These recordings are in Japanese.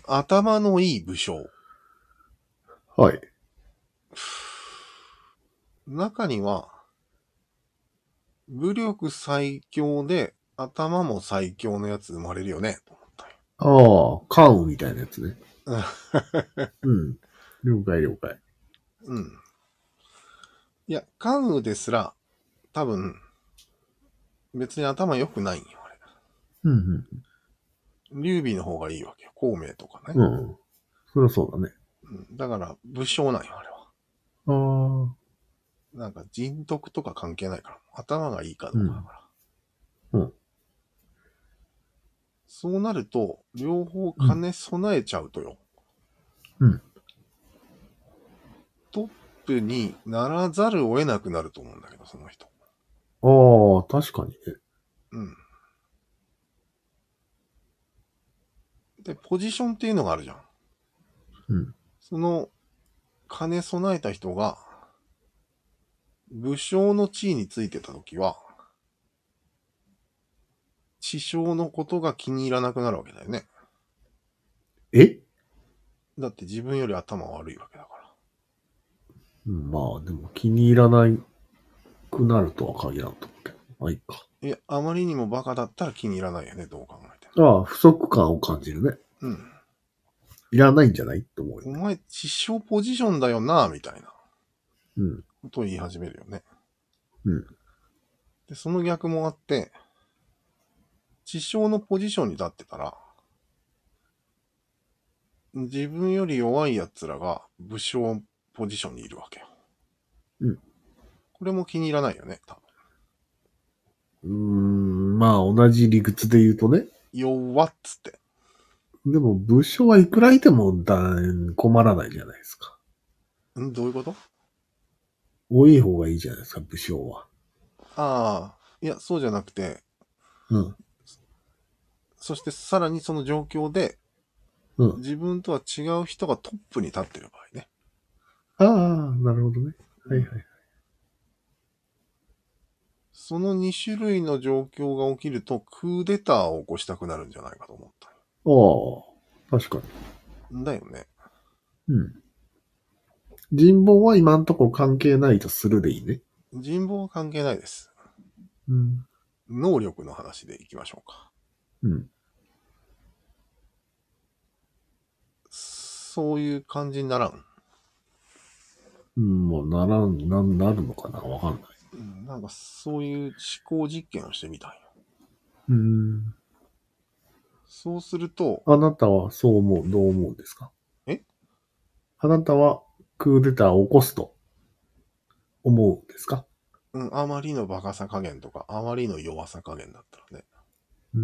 頭のいい武将。 はい。 中には、武力最強で頭も最強のやつ生まれるよね、と思ったよ。 ああ、関羽みたいなやつね。 うん。 うん。了解了解。 うん。いや、関羽ですら、多分、別に頭良くないんよ、あれ。 うん、 劉備の方がいいわけよ。孔明とかね。 うん。うん。そりゃそうだね。 うん。だから、武将なんよ、あれは。 ああ、 なんか人徳とか関係ないから、頭がいいかどうん。 うかだから。 うん。 そうなると、両方うん。 兼ね備えちゃうとよ。 うん。 トップにならざるを得なくなると思うんだけど、その人。 ああ、確かにね。 うん。で、ポジションっていうのがあるじゃん。 うん。 その、兼ね備えた人が、武将の地位についてたときは、地将のことが気に入らなくなるわけだよね。 えだって自分より頭悪いわけだから。 うん、まあ、でも気に入らなくなるとは限らんと思うけど。まあ、いいか。 いや、あまりにもバカだったら気に入らないよね、どう考えてああ、不足感を感じるね。 も。うん。 いらないんじゃないって思うよね。 お前、地将ポジションだよな、みたいなうん。 ことを言い始めるよね。 うん。 で、その逆もあって、地将のポジションに立ってたら、自分より弱い奴らが武将ポジションにいるわけよ。 うん。 これも気に入らないよね、多分。 まあ、同じ理屈で言うとね。 弱っつって。 でも、武将はいくらいても困らないじゃないですか。 どういうこと？ 多い方がいいじゃないですか、武将は。 ああ、いや、そうじゃなくて、 うん。 そしてさらにその状況で、 うん。 自分とは違う人がトップに立ってる場合ね。 ああ、なるほどね。 うん。 はいはい。 その2種類の状況が起きると、クーデターを起こしたくなるんじゃないかと思ったああ、確かに。 んだよね。 うん。人望は今んとこ関係ないとするでいいね。 人望は関係ないです。 うん。 能力の話でいきましょうか。 うん。 そういう感じにならん。 うん、もうなるのかなわかんない。 うん、なんかそういう思考実験をしてみたんよ。 うん。 そうすると、 あなたはそう思う、どう思うんですか？ えあなたはクーデターを起こすと思うんですか？ うん、あまりのバカさ加減とか、あまりの弱さ加減だったらね、 うん。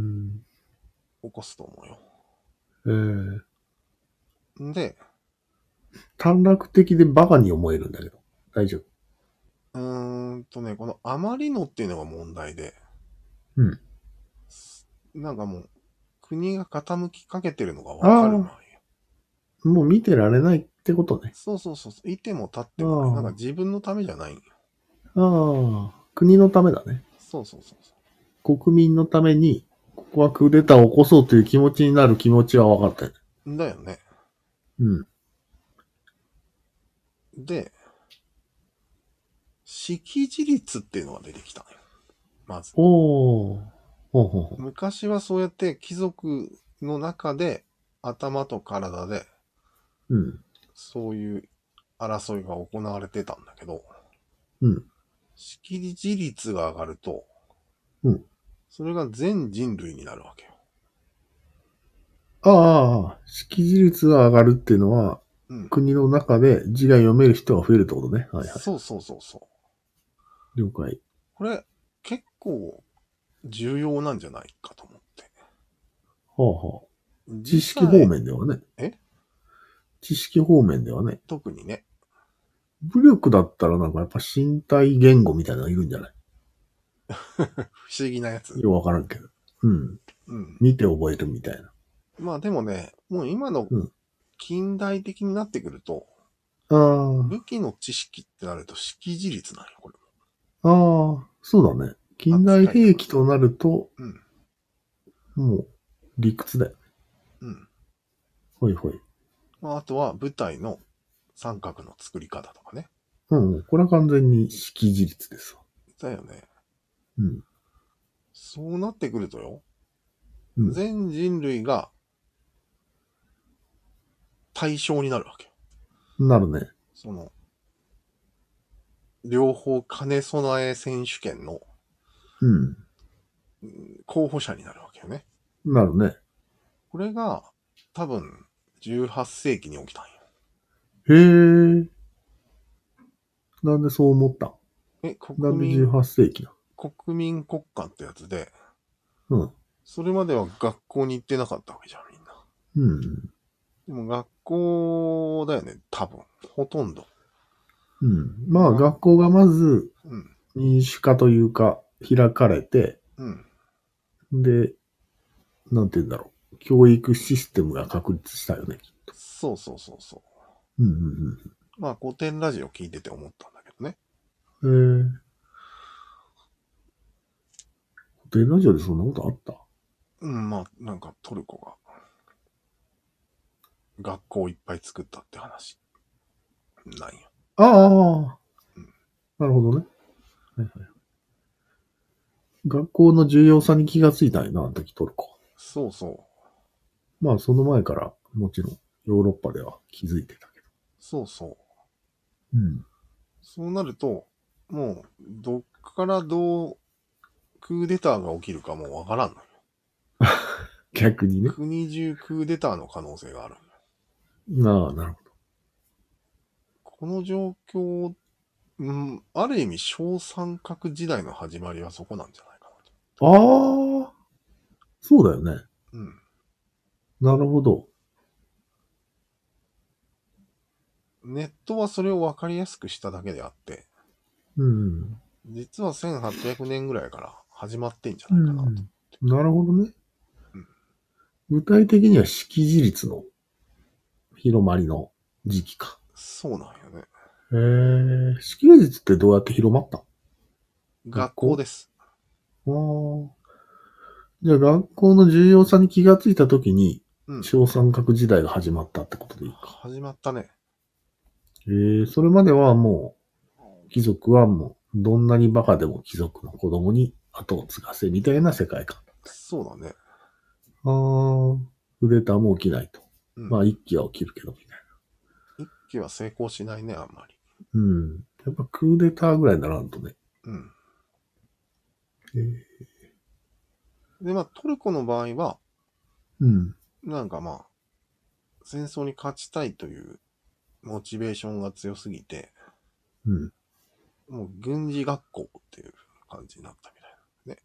起こすと思うよ。 えー、 で、 短絡的でバカに思えるんだけど。大丈夫。 このあまりのっていうのが問題で、 うん。 なんかもう、国が傾きかけてるのがわかるあ場合。 あ、もう見てられないってことね。 そうそうそう、いても立ってもね、なんかあ自分のためじゃないんよ。 あ、ああ、国のためだね。 そうそうそうそ国民のために、ここはクーデターを起こそうという気持ちになる気持ちは分かったよね。 う。だよね。 うん。 で、識字率っていうのが出てきたのよ。まず。 おー。ほうほうほ昔はそうやって貴族の中で頭と体でう。うん。 そういう争いが行われてたんだけど、 うん。 識字率が上がると、 うん。 それが全人類になるわけよ。 ああ、識字率が上がるっていうのは、 うん。 国の中で字が読める人が増えるってことね。はいはい。 そうそうそうそう。 了解。 これ結構重要なんじゃないかと思って。 はあはあ。知識方実際、 面ではね。 え知識方面ではね。 特にね、 武力だったらなんかやっぱ身体言語みたいなのがいるんじゃない？ 不思議なやつ。 よくわからんけど。うん。 うん。 見て覚えるみたいな。 まあでもね、もう今のうん。 近代的になってくると、 あ武器の知識ってなると識字率なんよ、これ。 あ、ああ、そうだね。近代扱い方。 兵器となると、 うん。 もう理屈だよ。 うん。 はいはい。 まあ、あとは舞台の三角の作り方とかね。 うん、これは完全に識字率ですわ。 だよね。 うん。 そうなってくるとよ、 うん。 全人類が対象になるわけよ。 なるね。 その、両方兼ね備え選手権のうん。 候補者になるわけよね。 なるね。 これが多分18世紀に起きたんよ。 へえ。なんでそう思ったえ、 なんで18世紀な国民国家ってやつで、 うん。 それまでは学校に行ってなかったわけじゃん、みんな。 うん。 でも学校だよね、多分。ほとんど。 うん。まあが学校がまずうん、 民主化というか開かれて、 うん。 で、なんて言うんだろう。教育システムが確立したよね。 そうそうそうそうんうんう。まあ古典ラジオ聞いてて思ったんだけどね。 うん。古典ラジオでそんなことあったうん、まあなんかトルコが学校をいっぱい作ったって話なんよ。 ああ、 うん、 なるほどね。はいはい、学校の重要さに気がついたんやな、あの時トルコ。 そうそまあその前からもちろんヨーロッパでは気づいてたけそうそう。 ど。うん。 そうなると、もうどっからどうクーデターが起きるかもうわからんのよ。 逆にね。 国中クーデターの可能性がある。 ああ、なるほこの状況、うん、ある意味小三角時代の始まりはそこなんじゃないかど。ああ、そうだよね。 なと。うん。 なるほど。 ネットはそれを分かりやすくしただけであって、 うん。 実は1800年ぐらいから始まってんじゃうないかなと。 ん。なるほどね。 うん。 具体的には識字率の広まりの時期か。 そうなんよね。 へえ、識字率ってどうやって広まった学学校校です。 ああ。じゃあ学校の重要さに気がついたときに、 うん。 小三角時代が始まったってことでいいか。 始まったね。 それまではもう、貴族はもう、どんなにバカでも貴族の子供に後を継がせみたいな世界観。 そうだね。 ああ、クーデターも起きないと。 うん。 まあ一気は起きるけど、みたい一期は成功しないね、あんまり。 な。うん。やっぱクーデターぐらいにならんとね。 うん。 えーで、まあトルコの場合は、 うん。 なんかまあ、戦争に勝ちたいというモチベーションが強すぎて、 うん。 もう軍事学校っていう感じになったみたいな。ね。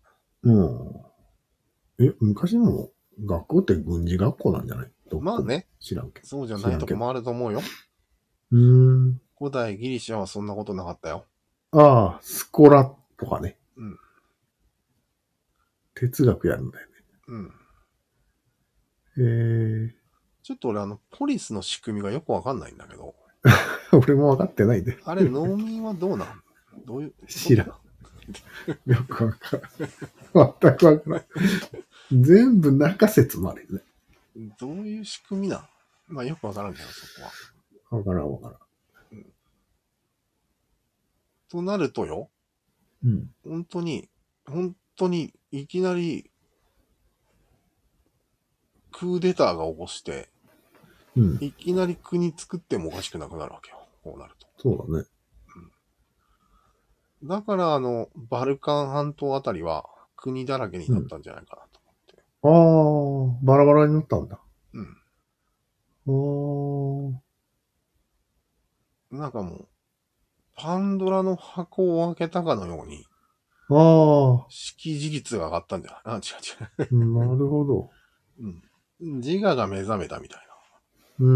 昔の学校って軍事学校なんじゃないどこもまあね、 知らんけど。 そうじゃないとこもあると思うよ。 うーん。 古代ギリシャはそんなことなかったよ。 ああ、スコラとかね。 うん。 哲学やるんだようん。 ね。 ちょっと俺ポリスの仕組みがよくわかんないんだけど、 俺も分かってないで。 あれ農民はどうなんどういう知らん。 ことよくわからん。全くわからん。全部中説もあるよね。 なんどういう仕組みなんまあよくわからんけど、そこは。 わからんわからとなるとよ、 ん。うん。 本当にいきなりクーデターが起こして、 うん。 いきなり国作ってもおかしくなくなるわけよ。こうなると。 そうだね。 だからバルカン半島あたりは国だらけになったんじゃないかなとああ、バラバラになったんだ。 思って。 ああ、 うん。なんかもう、パンドラの箱を開けたかのように、 ああ、 識字率が上がったんじゃないあ、違なるほど。 う。うん。自我が目覚めたみたいうん。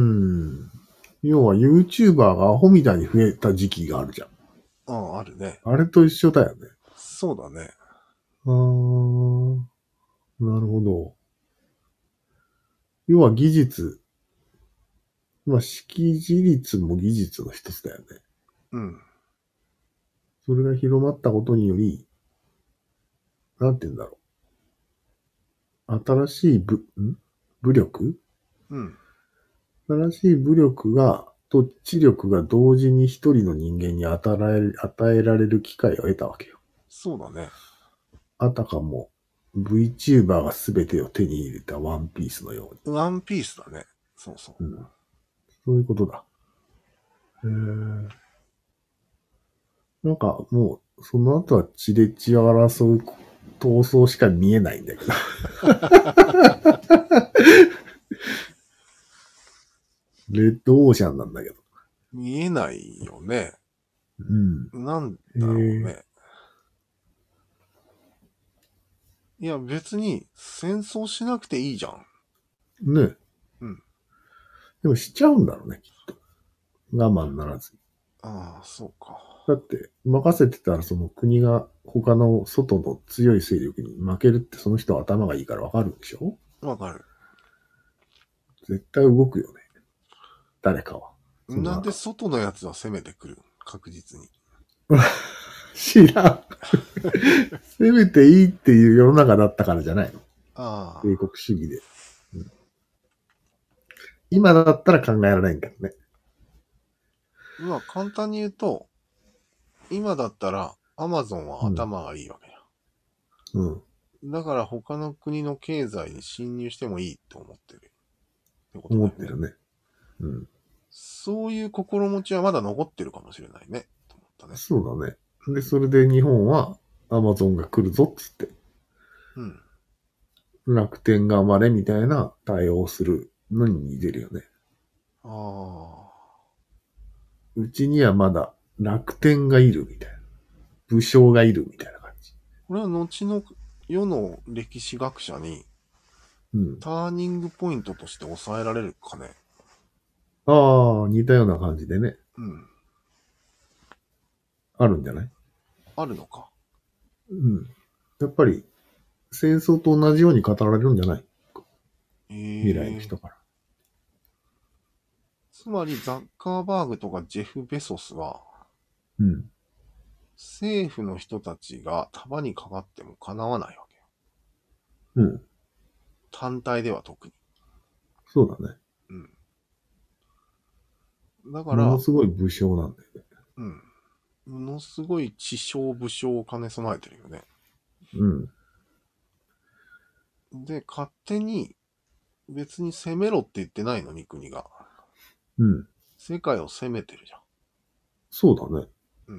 要は YouTuber がアホみたいに増えた時期があるじゃん。 な。うん、あるね。 あれと一緒だよね。 そうだね。 ああ、なるほど。要は技術。まあ、識字率も技術の一つだよね。 うん。 それが広まったことにより、なんて言うんだろう。新しい武力うん。 新しい武力と知力が同時に一人の人間に与えられる機会を得たわけよ。 そうだね。 あたかも VTuber が全てを手に入れたワンピースのように。 ワンピースだね。そうそう。 うん。そういうことだ。なんかもう、その後は血で血を争う闘争しか見えないんだけど。レッドオーシャンなんだけど。 見えないよね。 うん。 なんだろうね。いや、別に戦争しなくていいじゃん。 ね。 うん。 でもしちゃうんだろうね、きっと。我慢ならずに。 ああ、そうか。 だって、任せてたらその国が他の外の強い勢力に負けるってその人は頭がいいからわかるんでしょ？ わかる。 絶対動くよね。誰かは。そのなんで後。 外のやつは攻めてくる？確実に。 知らん。せめていいっていう世の中だったからじゃないの？ ああ。 帝国主義で。うん、今だったら考えられないんだけどね。 まあ、簡単に言うと、今だったら、アマゾンは頭がいいわけだ。 うん。 だから他の国の経済に侵入してもいいと思ってる。ってことだよね。 思ってるね。うん。 そういう心持ちはまだ残ってるかもしれないね。と思ったね。 そうだね。で、それで日本はアマゾンが来るぞっつって、 うん。 楽天が生まれみたいな対応するのに似てるよね。 ああ。 うちにはまだ楽天がいるみたいな。武将がいるみたいな感じ。 これは後の世の歴史学者にうん。 ターニングポイントとして抑えられるかね。 ああ、似たような感じでね。 うん。 あるんじゃない？ あるのか。 うん。やっぱり戦争と同じように語られるんじゃない？未来の人から。 つまりザッカーバーグとかジェフ・ベソスは、 うん。 政府の人たちが束にかかっても叶わないわけよ。 うん。 単体では特に。 そうだね。 うん。だかものら、 すごい武将なんだよね。 うん。ものすごい知将武将を兼ね備えてるよね。 うん。 で、勝手に別に攻めろって言ってないのに国が。 うん。 世界を攻めてるじゃそうだね。 ん。うん。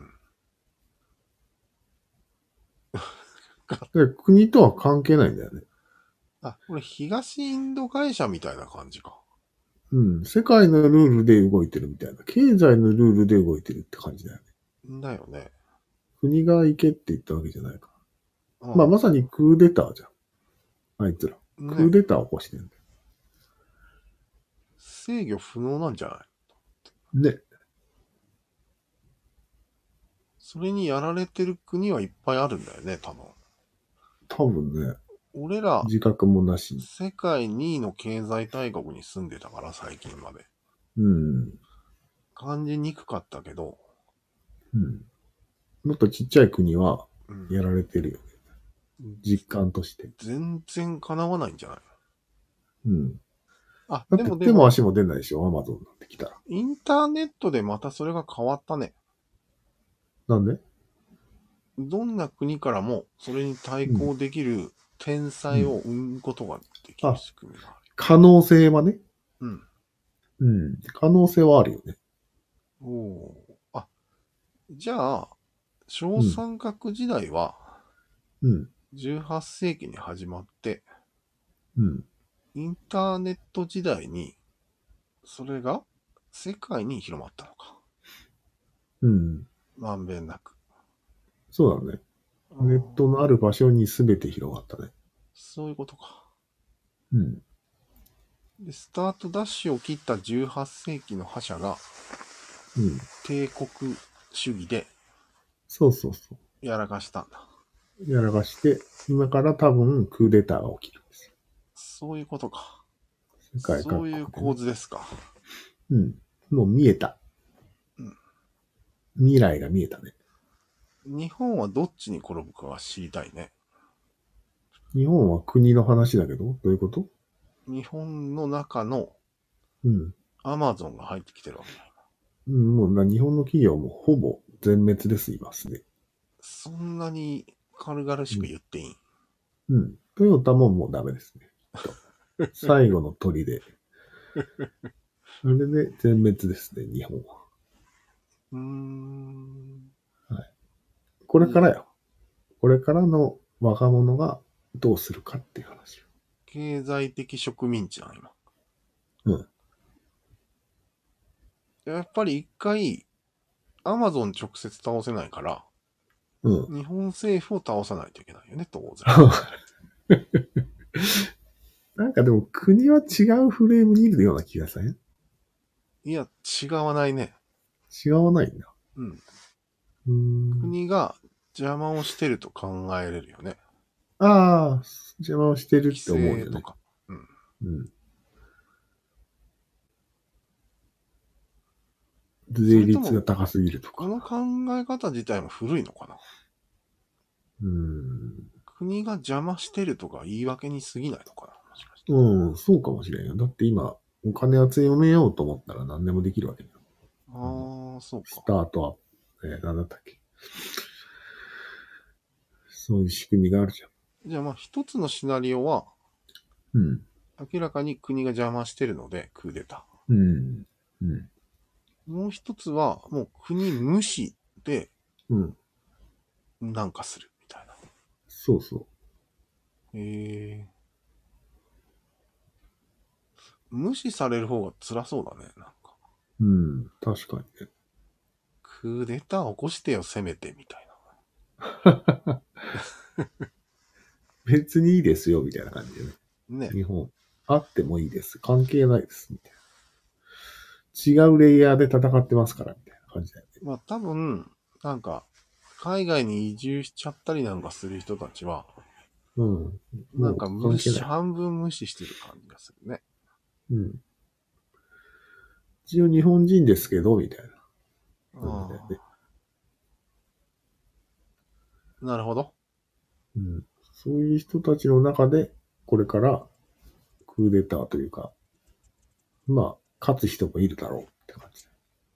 で、国とは関係ないんだよね。 あ、これ東インド会社みたいな感じか。 うん。世界のルールで動いてるみたいな。経済のルールで動いてるって感じだよね。 だよね。 国が行けって言ったわけじゃないから。まあ、 うん。 まさにクーデターじゃん。あいつら。クーね。 デターを起こしてるんだよ。 制御不能なんじゃない？ ね。 それにやられてる国はいっぱいあるんだよね、多分。 多分ね、 俺ら、 自覚もなしに。 世界2位の経済大国に住んでたから、最近まで。 うん。 感じにくかったけど、 うん。もっとちっちゃい国はうん、 やられてるよね。実感として。 全然叶わないんじゃない？ うん。 あ、 だって手もでもでも、 足も出ないでしょ、アマゾンなんて来たら。 インターネットでまたそれが変わったね。 なんで？ どんな国からもそれに対うん。 抗できる天うん。 才を生むことができるあ、 仕組みがあ可能性はね。 る。うん。 うん。可能性はあるよね。 おお。あ、じゃあ、小うん。 三角時代はうん。 18世紀に始まって、 うん。 インターネット時代にそれが世界に広まったのか。 うん。 まんべんなく。 そうだね。 あネットのある場所に全て広がったね。 そういうことか。 うん。 で、スタートダッシュを切った18世紀の覇者がうん。 帝国主義でそうそうそやらかしたんだ。 う。やらかして、今から多分クーデターが起きるんですよ。 そういうことか。 世界そういう構各国でね。 図ですか。 うん。もう見えた。 うん。 未来が見えたね。 日本はどっちに転ぶかが知りたいね。 日本は国の話だけど、どういうこと？ 日本の中のうん。 アマゾンが入ってきてるわけだ。 もう日本の企業もほぼ全滅です、今すでに。 そんなに軽々しく言っていい？ トヨタももうダメですね。最後の鳥で。あれで全滅ですね、日本は。はい。これからよ。これからの若者がどうするかっていう話を。 経済的植民地なの、今。やっぱり一回、アマゾン直接倒せないから、日本政府を倒さないといけないよね、当然。 なんかでも国は違うフレームにいるような気がせん？ いや、違わないね。 違わないんだ。 国が邪魔をしてると考えれるよね。 ああ、邪魔をしてるって思うよね。 規制とか。 税率が高すぎるとか。 この考え方自体も古いのかな。国が邪魔してるとか言い訳に過ぎないのかな。もしかして。 そうかもしれんよ。だって今、お金集めようと思ったら何でもできるわけだよ。 そうか。 スタートアップ、なんだったっけ。そういう仕組みがあるじゃん。 じゃあまあ一つのシナリオは、明らかに国が邪魔してるので、クーデター。もう一つは、もう国無視で、なんかするみたいな。 そうそう。 無視される方が辛そうだね、なんか。 確かにね。 クーデター起こしてよ、せめて、みたいな。別にいいですよ、みたいな感じでね。 ね。 日本、あってもいいです。関係ないです、みたいな。違うレイヤーで戦ってますから、みたいな感じだよね。 まあ多分、なんか、海外に移住しちゃったりなんかする人たちは、なんか半分無視してる感じがするね。 一応日本人ですけど、みたいな。 なるほど。 そういう人たちの中で、これからクーデターというか、まあ、勝つ人もいるだろうって感じ。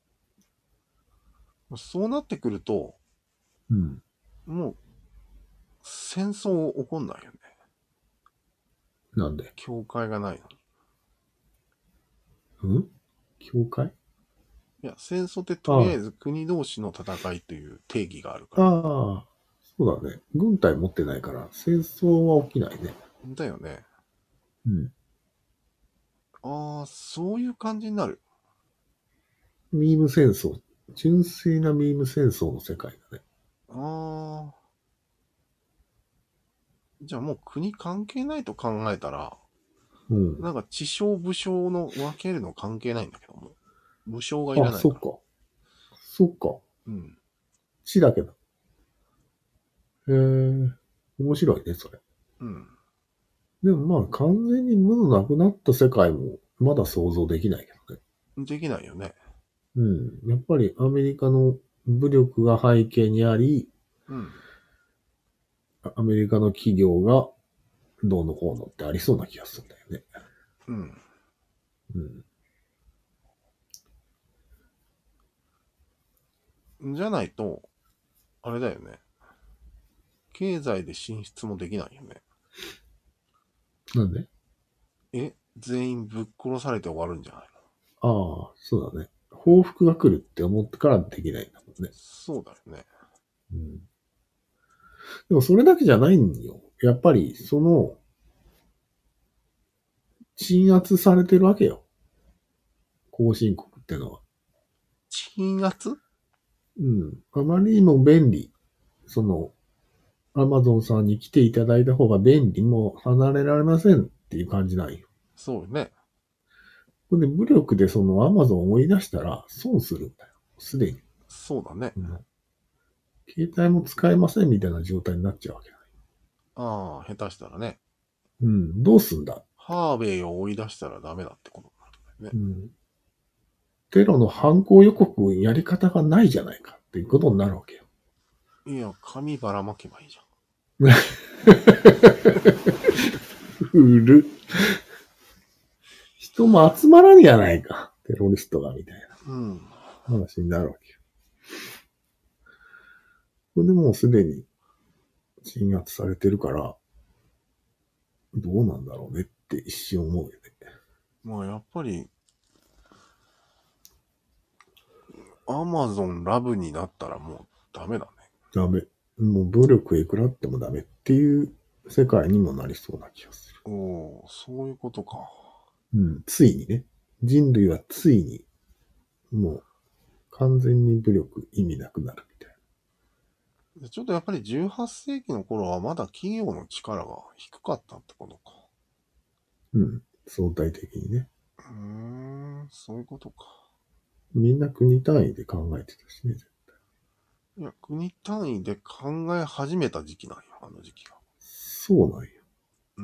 そうなってくると、もう、戦争起こんないよね。 なんで？ 境界がないのに。境界？ いや、戦争ってとりあえず国同士の戦いという定義があるから。 そうだね。軍隊持ってないから、戦争は起きないね。 だよね。そういう感じになる。 ミーム戦争。純粋なミーム戦争の世界だね。 じゃあもう国関係ないと考えたら、なんか地将武将の分けるの関係ないんだけども。武将がいらないから。 そっか。地だけだ。面白いね、それ。でもまあ完全に無のなくなった世界もまだ想像できないけどね。 できないよね。 やっぱりアメリカの武力が背景にあり、アメリカの企業がどうのこうのってありそうな気がするんだよね。 じゃないと、あれだよね。経済で進出もできないよね。 なんで？ 全員ぶっ殺されて終わるんじゃないの？そうだね。報復が来るって思ってからできないんだもんね。 そうだよね。 でもそれだけじゃないんよ。やっぱり、鎮圧されてるわけよ。後進国ってのは。 鎮圧？ あまりにも便利。アマゾンさんに来ていただいた方が便利。もう離れられませんっていう感じなんよ。 そうよね。 これで武力でアマゾンを追い出したら損するんだよ。すでに。 そうだね。 携帯も使えませんみたいな状態になっちゃうわけだよ。下手したらね。 どうすんだ？ ハーベイを追い出したらダメだってことなんだよね。 テロの犯行予告やり方がないじゃないかっていうことになるわけよ。 いや、紙ばらまけばいいじゃん。 人も集まらんやないか。 テロリストがみたいな話になるわけよ。これでもうすでに鎮圧されてるから、どうなんだろうねって一瞬思うよね。 まあやっぱり、アマゾンラブになったらもうダメだね。 ダメ。もう武力いくらってもダメっていう世界にもなりそうな気がする。 おー、そういうことか。 うん、ついにね。人類はついに、もう完全に武力意味なくなるみたいでちょっとやっぱり18世紀の頃はまだ企業の力が低かったってことか。 な。うん。相対的にね。 そういうことか。 みんな国単位で考えてたしね。 いや、国単位で考え始めた時期なんよ、あの時期が。 そうなんよ。 うん。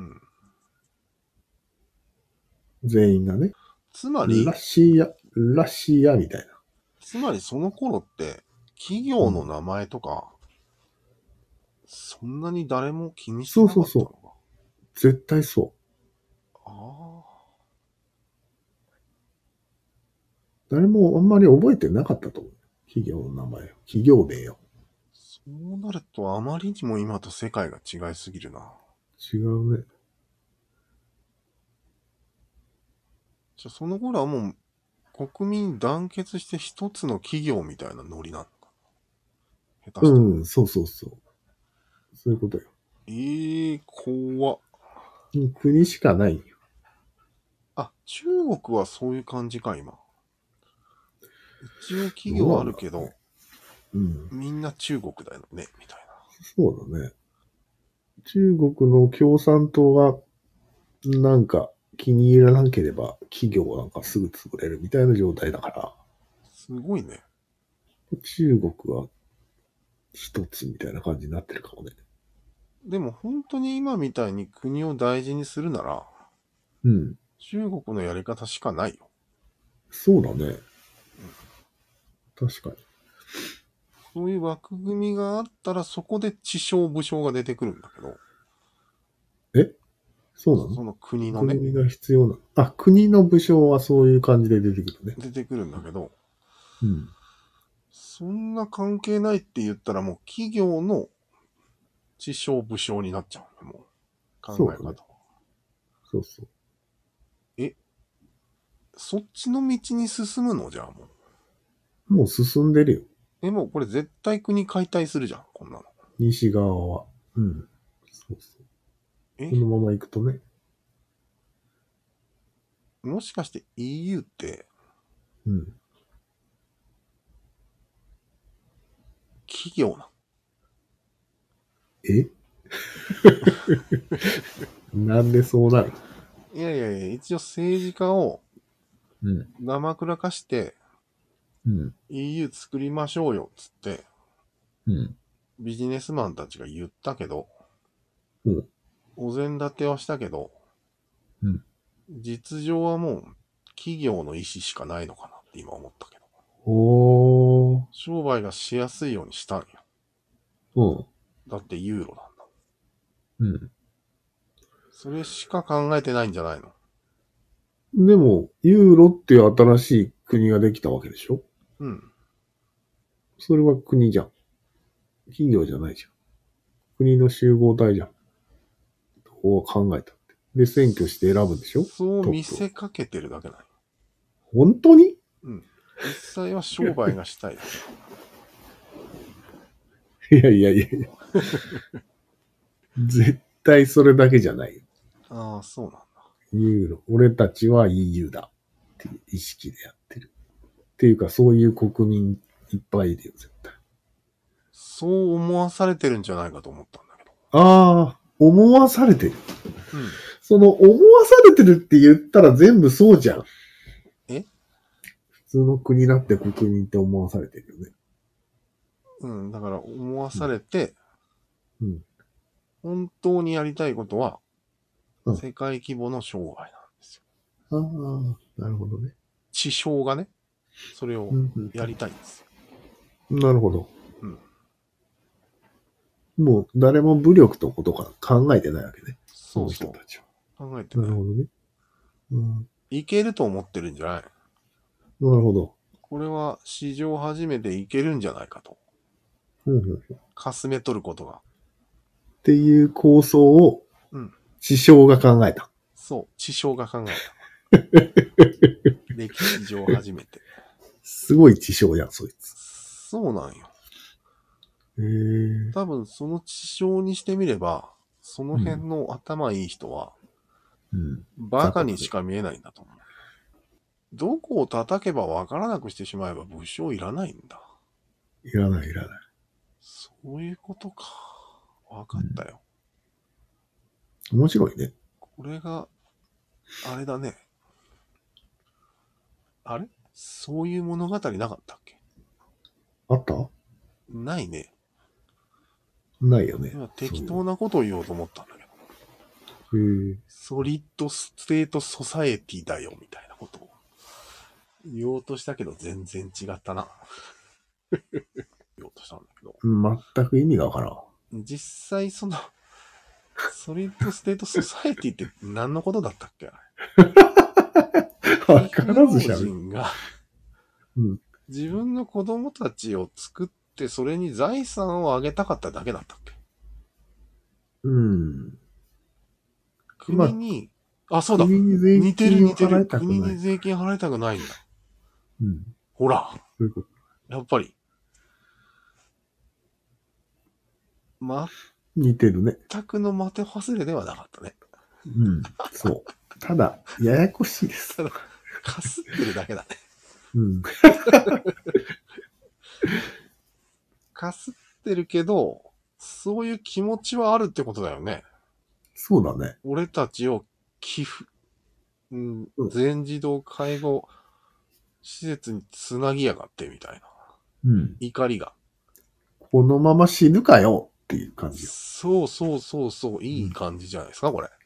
全員がね。 つまりラシアみたいな。 つまりその頃って、企業の名前とか、そんなに誰も気にしてなかったのか。そうそうそう。 絶対そう。 ああ。 誰もあんまり覚えてなかったと思う。企業の名前。企業名よ。 そうなるとあまりにも今と世界が違いすぎるな。 違うね。 じゃあその頃はもう国民団結して一つの企業みたいなノリなのか。 下手したら。うん、そうそうそう。そういうことよ。 怖っ。 国しかないよ。 あ、中国はそういう感じか、今。一応企業あるけど、みんな中国だよね、みたいな。 そうだね。中国の共産党が、なんか気に入らなければ企業なんかすぐ潰れるみたいな状態だから。 すごいね。 中国は一つみたいな感じになってるかもね。 でも本当に今みたいに国を大事にするなら、中国のやり方しかないよ。 そうだね。確かに。 そういう枠組みがあったらそこで地商武将が出てくるんだけど。 そうなの？ その国のね。 国が必要な。あ、国の武将はそういう感じで出てくるね。 出てくるんだけど。そんな関係ないって言ったらもう企業の地商武将になっちゃうよ、もう。考え方は。 そうそう。 そっちの道に進むのじゃあもう。もう進んでるよ。もうこれ絶対国解体するじゃん、こんなの。 西側は。そうそう。このまま行くとね。 もしかして EU って、企業ななんでそうなる？ いやいやいや、一応政治家を生くらかして、EU 作りましょうよ、つって、ビジネスマンたちが言ったけど、お膳立てはしたけど、実情はもう企業の意思しかないのかなって今思ったけど。商売がしやすいようにしたんよ。だってユーロなんだ。それしか考えてないんじゃないの？ でも、ユーロっていう新しい国ができたわけでしょ？それは国じゃん。企業じゃないじゃん。国の集合体じゃん。どう考えたって。で、選挙して選ぶんでしょ？ そう見せかけてるだけない。 本当に？ 実際は商売がしたい。 いやいやいやいや。絶対それだけじゃないよ。 ああ、そうなんだ。 ユーロ。俺たちは EU だっていう意識でやってる。っていうか、そういう国民いっぱいいるよ、絶対。 そう思わされてるんじゃないかと思ったんだけど。 ああ、思わされてる。その、思わされてるって言ったら全部そうじゃん。普通の国だって国民って思わされてるよね。だから思わされて、本当にやりたいことは、世界規模の商売なんですよ。ああ、なるほどね。 地商がね、それをやりたいんですよ。なるほど。もう誰も武力とことか考えてないわけね。 そうそう。考えてない。 なるほどね。 いけると思ってるんじゃない？ なるほど。 これは史上初めていけるんじゃないかと。かすめ取ることが。 っていう構想を、 うん。 知匠が考えた。 そう、知匠が考えた。歴史上初めて。 すごい知匠やん、そいつ。 そうなんよ。 へえ。 多分その知匠にしてみれば、その辺の頭いい人は、バカにしか見えないんだと思う。どこを叩けばわからなくしてしまえば武将いらないんだ。 いらない、いらない。 そういうことか。わかったよ。 面白いね。 これが、あれだね。あれそういう物語なかったっけ？ あった？ ないね。 ないよね。 今適当なことを言おうと思ったんだけど。ソリッドステートソサエティだよみたいなことを言おうとしたけど全然違ったな。言おうとしたんだけど。 全く意味がわからん。 実際その、ソリッドステートソサエティって何のことだったっけ？ わからずしゃべる。 人が、自分の子供たちを作ってそれに財産をあげたかっただけだったっけ？国に、そうだ。似てる似てる。国に税金払いたくないんだ。ほら。やっぱり。 似てるね。 全くの的外れではなかったね。 そう。ただ、ややこしいです。 ただ、かすってるだけだね。かすってるけど、そういう気持ちはあるってことだよね。 そうだね。 俺たちを寄付、全児童介護施設につなぎやがってみたいな。怒りが。 このまま死ぬかよっていう感じよ。 そう、いい感じじゃないですか、これ。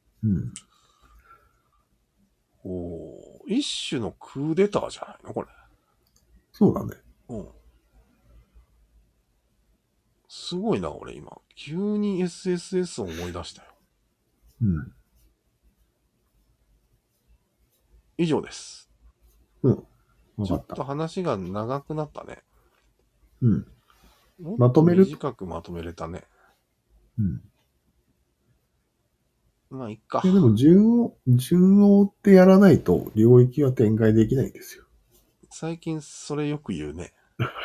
一種のクーデターじゃないのこれ。 そうだね。 すごいな、俺今。急に SSS を思い出したよ。以上です。ちょっと話が長くなったね。まとめる？短くまとめれたね。まあ、いっか。 でも順を追ってやらないと領域は展開できないんですよ。 最近それよく言うね。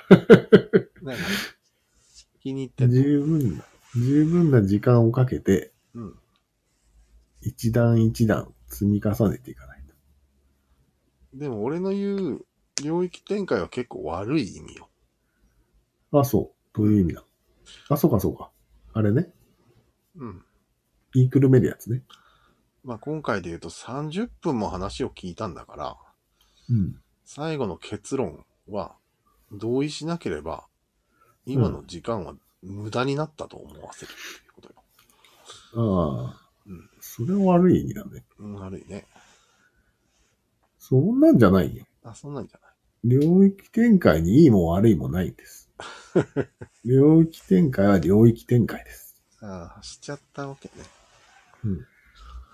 気に入って十分な時間をかけて、一段一段積み重ねていかないと。 でも俺の言う領域展開は結構悪い意味よ。 そう。どういう意味だ？そうか。あれね。言いくるめるやつね。 まあ今回で言うと30分も話を聞いたんだから、最後の結論は同意しなければ、今の時間は無駄になったと思わせるっていうことよ。それは悪い意味だね。 悪いね。 そんなんじゃないよ。 そんなんじゃない。 領域展開にいいも悪いもないんです。領域展開は領域展開です。 しちゃったわけね。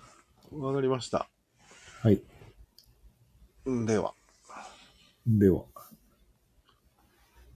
わかりました。 はい。 では。 では。